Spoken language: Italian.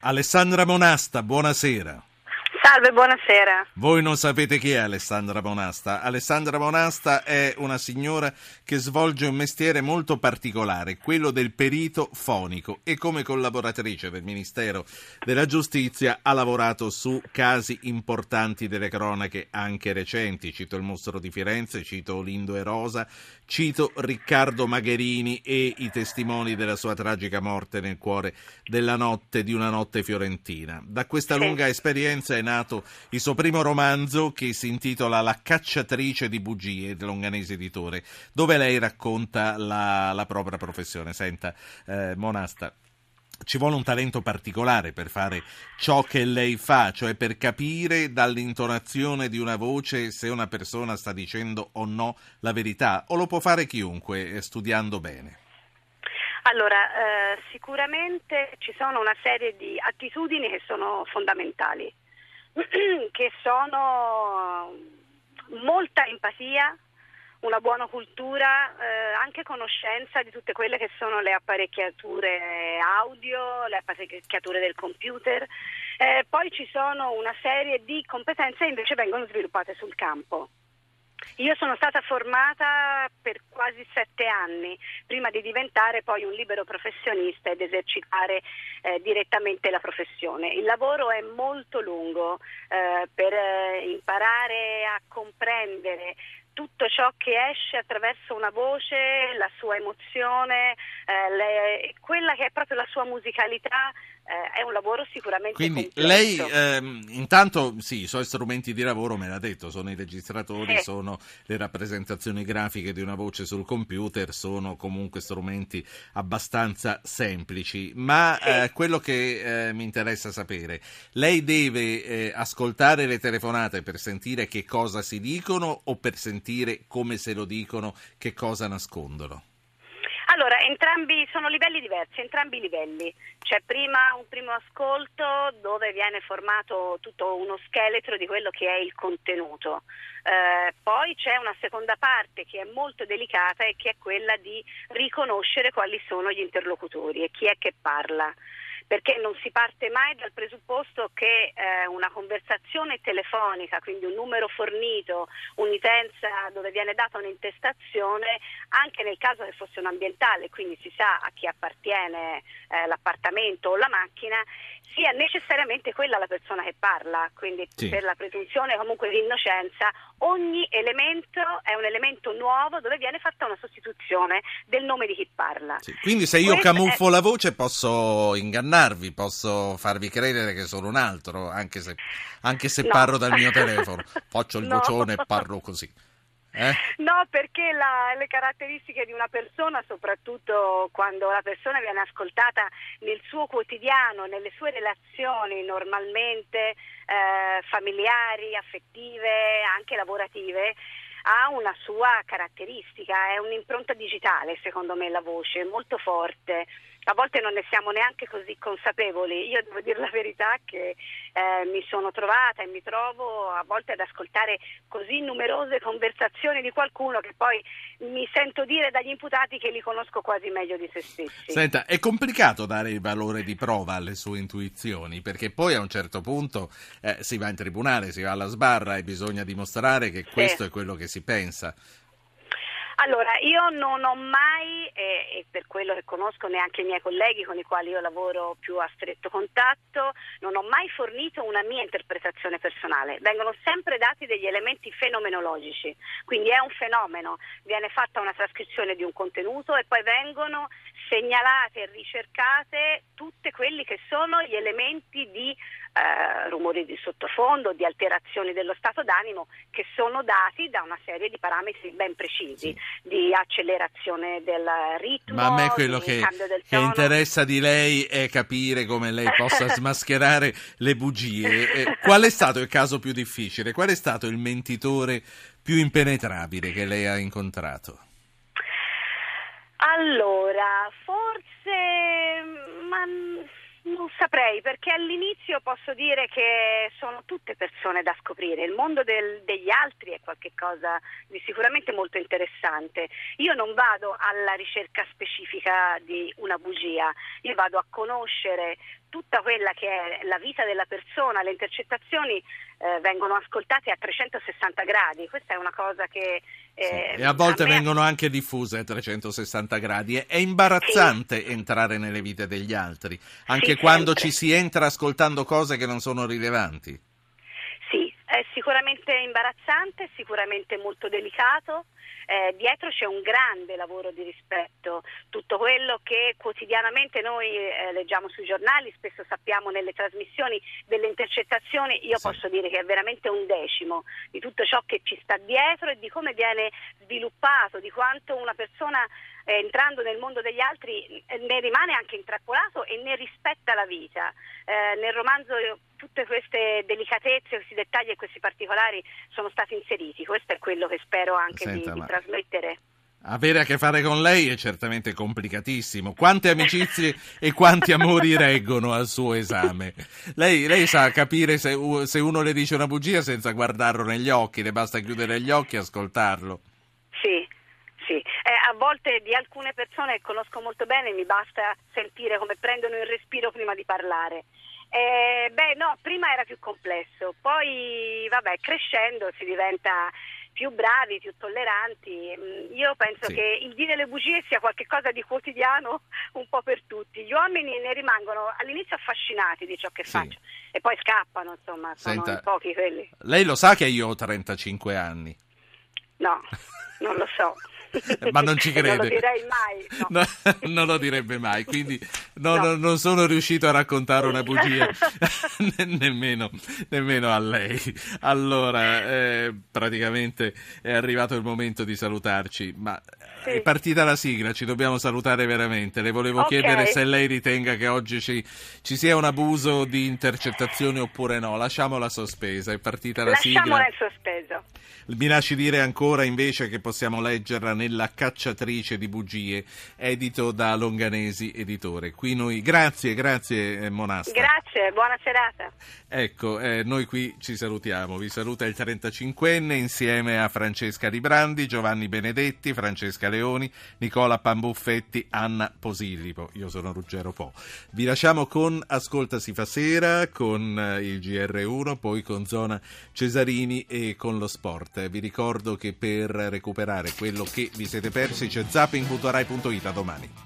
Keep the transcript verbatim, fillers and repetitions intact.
Alessandra Monasta, buonasera. Salve, buonasera. Voi non sapete chi è Alessandra Monasta. Alessandra Monasta è una signora che svolge un mestiere molto particolare, quello del perito fonico, e come collaboratrice del Ministero della Giustizia ha lavorato su casi importanti delle cronache anche recenti. Cito il mostro di Firenze, cito Lindo e Rosa, cito Riccardo Magherini e i testimoni della sua tragica morte nel cuore della notte di una notte fiorentina. Da questa Sì. lunga esperienza è nato il suo primo romanzo, che si intitola La cacciatrice di bugie, di Longanese Editore, dove lei racconta la, la propria professione. Senta, eh, Monasta, ci vuole un talento particolare per fare ciò che lei fa, cioè per capire dall'intonazione di una voce se una persona sta dicendo o no la verità, o lo può fare chiunque, eh, studiando bene? Allora, eh, sicuramente ci sono una serie di attitudini che sono fondamentali, che sono molta empatia, una buona cultura, eh, anche conoscenza di tutte quelle che sono le apparecchiature audio, le apparecchiature del computer. Eh, poi ci sono una serie di competenze che invece vengono sviluppate sul campo. Io sono stata formata per quasi sette anni prima di diventare poi un libero professionista ed esercitare eh, direttamente la professione. Il lavoro è molto lungo eh, per eh, imparare a comprendere tutto ciò che esce attraverso una voce, la sua emozione, eh, le, quella che è proprio la sua musicalità. Eh, è un lavoro sicuramente Quindi complesso. lei ehm, intanto sì, i suoi strumenti di lavoro, me l'ha detto, sono i registratori, Sì. sono le rappresentazioni grafiche di una voce sul computer, sono comunque strumenti abbastanza semplici, ma Sì. eh, quello che eh, mi interessa sapere, lei deve eh, ascoltare le telefonate per sentire che cosa si dicono o per sentire come se lo dicono, che cosa nascondono? Allora, entrambi sono livelli diversi, entrambi i livelli. C'è prima un primo ascolto dove viene formato tutto uno scheletro di quello che è il contenuto. Eh, poi c'è una seconda parte che è molto delicata e che è quella di riconoscere quali sono gli interlocutori e chi è che parla. Perché non si parte mai dal presupposto che eh, una conversazione telefonica, quindi un numero fornito, un'utenza dove viene data un'intestazione, anche nel caso che fosse un ambientale, quindi si sa a chi appartiene eh, l'appartamento o la macchina, sia necessariamente quella la persona che parla, quindi Sì. Per la presunzione comunque di innocenza ogni elemento è un elemento nuovo dove viene fatta una sostituzione del nome di chi parla. Sì. Quindi se io Questo camuffo è... la voce posso ingannarvi, posso farvi credere che sono un altro, anche se, anche se No. parlo dal mio telefono, faccio il No. vocione e parlo così. Eh? No, perché la, le caratteristiche di una persona, soprattutto quando la persona viene ascoltata nel suo quotidiano, nelle sue relazioni normalmente eh, familiari, affettive, anche lavorative, ha una sua caratteristica, è un'impronta digitale secondo me la voce, molto forte. A volte non ne siamo neanche così consapevoli. Io devo dire la verità che eh, mi sono trovata e mi trovo a volte ad ascoltare così numerose conversazioni di qualcuno che poi mi sento dire dagli imputati che li conosco quasi meglio di se stessi. Senta, è complicato dare il valore di prova alle sue intuizioni, perché poi a un certo punto eh, si va in tribunale, si va alla sbarra e bisogna dimostrare che Sì. questo è quello che si pensa. Allora, io non ho mai, e, e per quello che conosco neanche i miei colleghi con i quali io lavoro più a stretto contatto, non ho mai fornito una mia interpretazione personale. Vengono sempre dati degli elementi fenomenologici, quindi è un fenomeno, viene fatta una trascrizione di un contenuto e poi vengono segnalate e ricercate tutti quelli che sono gli elementi di eh, rumori di sottofondo, di alterazioni dello stato d'animo che sono dati da una serie di parametri ben precisi, Sì. di accelerazione del ritmo, Ma a me quello di che, cambio del che tono. interessa di lei è capire come lei possa smascherare le bugie. Eh, qual è stato il caso più difficile? Qual è stato il mentitore più impenetrabile che lei ha incontrato? Allora, forse ma non saprei, perché all'inizio posso dire che sono tutte persone da scoprire. Il mondo del, degli altri è qualcosa di sicuramente molto interessante. Io non vado alla ricerca specifica di una bugia, io vado a conoscere tutta quella che è la vita della persona, le intercettazioni eh, vengono ascoltate a trecentosessanta gradi. Questa è una cosa che eh, sì, e a volte a me... vengono anche diffuse a trecentosessanta gradi. È imbarazzante sì. entrare nelle vite degli altri, anche sì, quando sempre. Ci si entra ascoltando cose che non sono rilevanti. Sì, è sicuramente imbarazzante, sicuramente molto delicato. Eh, dietro c'è un grande lavoro di rispetto, tutto quello che quotidianamente noi eh, leggiamo sui giornali, spesso sappiamo nelle trasmissioni delle intercettazioni, io sì. posso dire che è veramente un decimo di tutto ciò che ci sta dietro e di come viene sviluppato, di quanto una persona eh, entrando nel mondo degli altri eh, ne rimane anche intrappolato e ne rispetta la vita. Eh, nel romanzo tutte queste delicatezze, questi dettagli e questi particolari sono stati inseriti, questo è quello che spero anche Senta, di, di trasmettere. Avere a che fare con lei è certamente complicatissimo. Quante amicizie e quanti amori reggono al suo esame? Lei, lei sa capire se, se uno le dice una bugia senza guardarlo negli occhi, le basta chiudere gli occhi e ascoltarlo. Sì, sì. Eh, a volte di alcune persone che conosco molto bene mi basta sentire come prendono il respiro prima di parlare. Eh, beh no, prima era più complesso, poi vabbè crescendo si diventa più bravi, più tolleranti. Io penso sì. che il dire le bugie sia qualcosa di quotidiano un po' per tutti. Gli uomini ne rimangono all'inizio affascinati di ciò che sì. faccio e poi scappano, insomma, sono Senta, in pochi quelli. Lei lo sa che io ho trentacinque anni? No, non lo so. Ma non ci crede. Non lo direi mai. No. No, non lo direbbe mai, quindi no, no. No, non sono riuscito a raccontare una bugia nemmeno, nemmeno a lei. Allora, eh, praticamente è arrivato il momento di salutarci, ma sì. è partita la sigla, ci dobbiamo salutare veramente. Le volevo okay. chiedere se lei ritenga che oggi ci, ci sia un abuso di intercettazione oppure no. Lasciamola sospesa, è partita la Lasciamola sigla. Lasciamola in sospeso. Mi lasci dire ancora invece che possiamo leggerla nella Cacciatrice di bugie, edito da Longanesi Editore. Qui noi, grazie, grazie Monasta. Grazie, buona serata. Ecco, eh, noi qui ci salutiamo. Vi saluta il trentacinquenne insieme a Francesca Librandi, Giovanni Benedetti, Francesca Leoni, Nicola Pambuffetti, Anna Posillipo. Io sono Ruggero Po. Vi lasciamo con Ascolta si fa sera, con il G R uno, poi con Zona Cesarini e con lo sport. Vi ricordo che per recuperare quello che vi siete persi c'è zapping punto rai punto it a domani.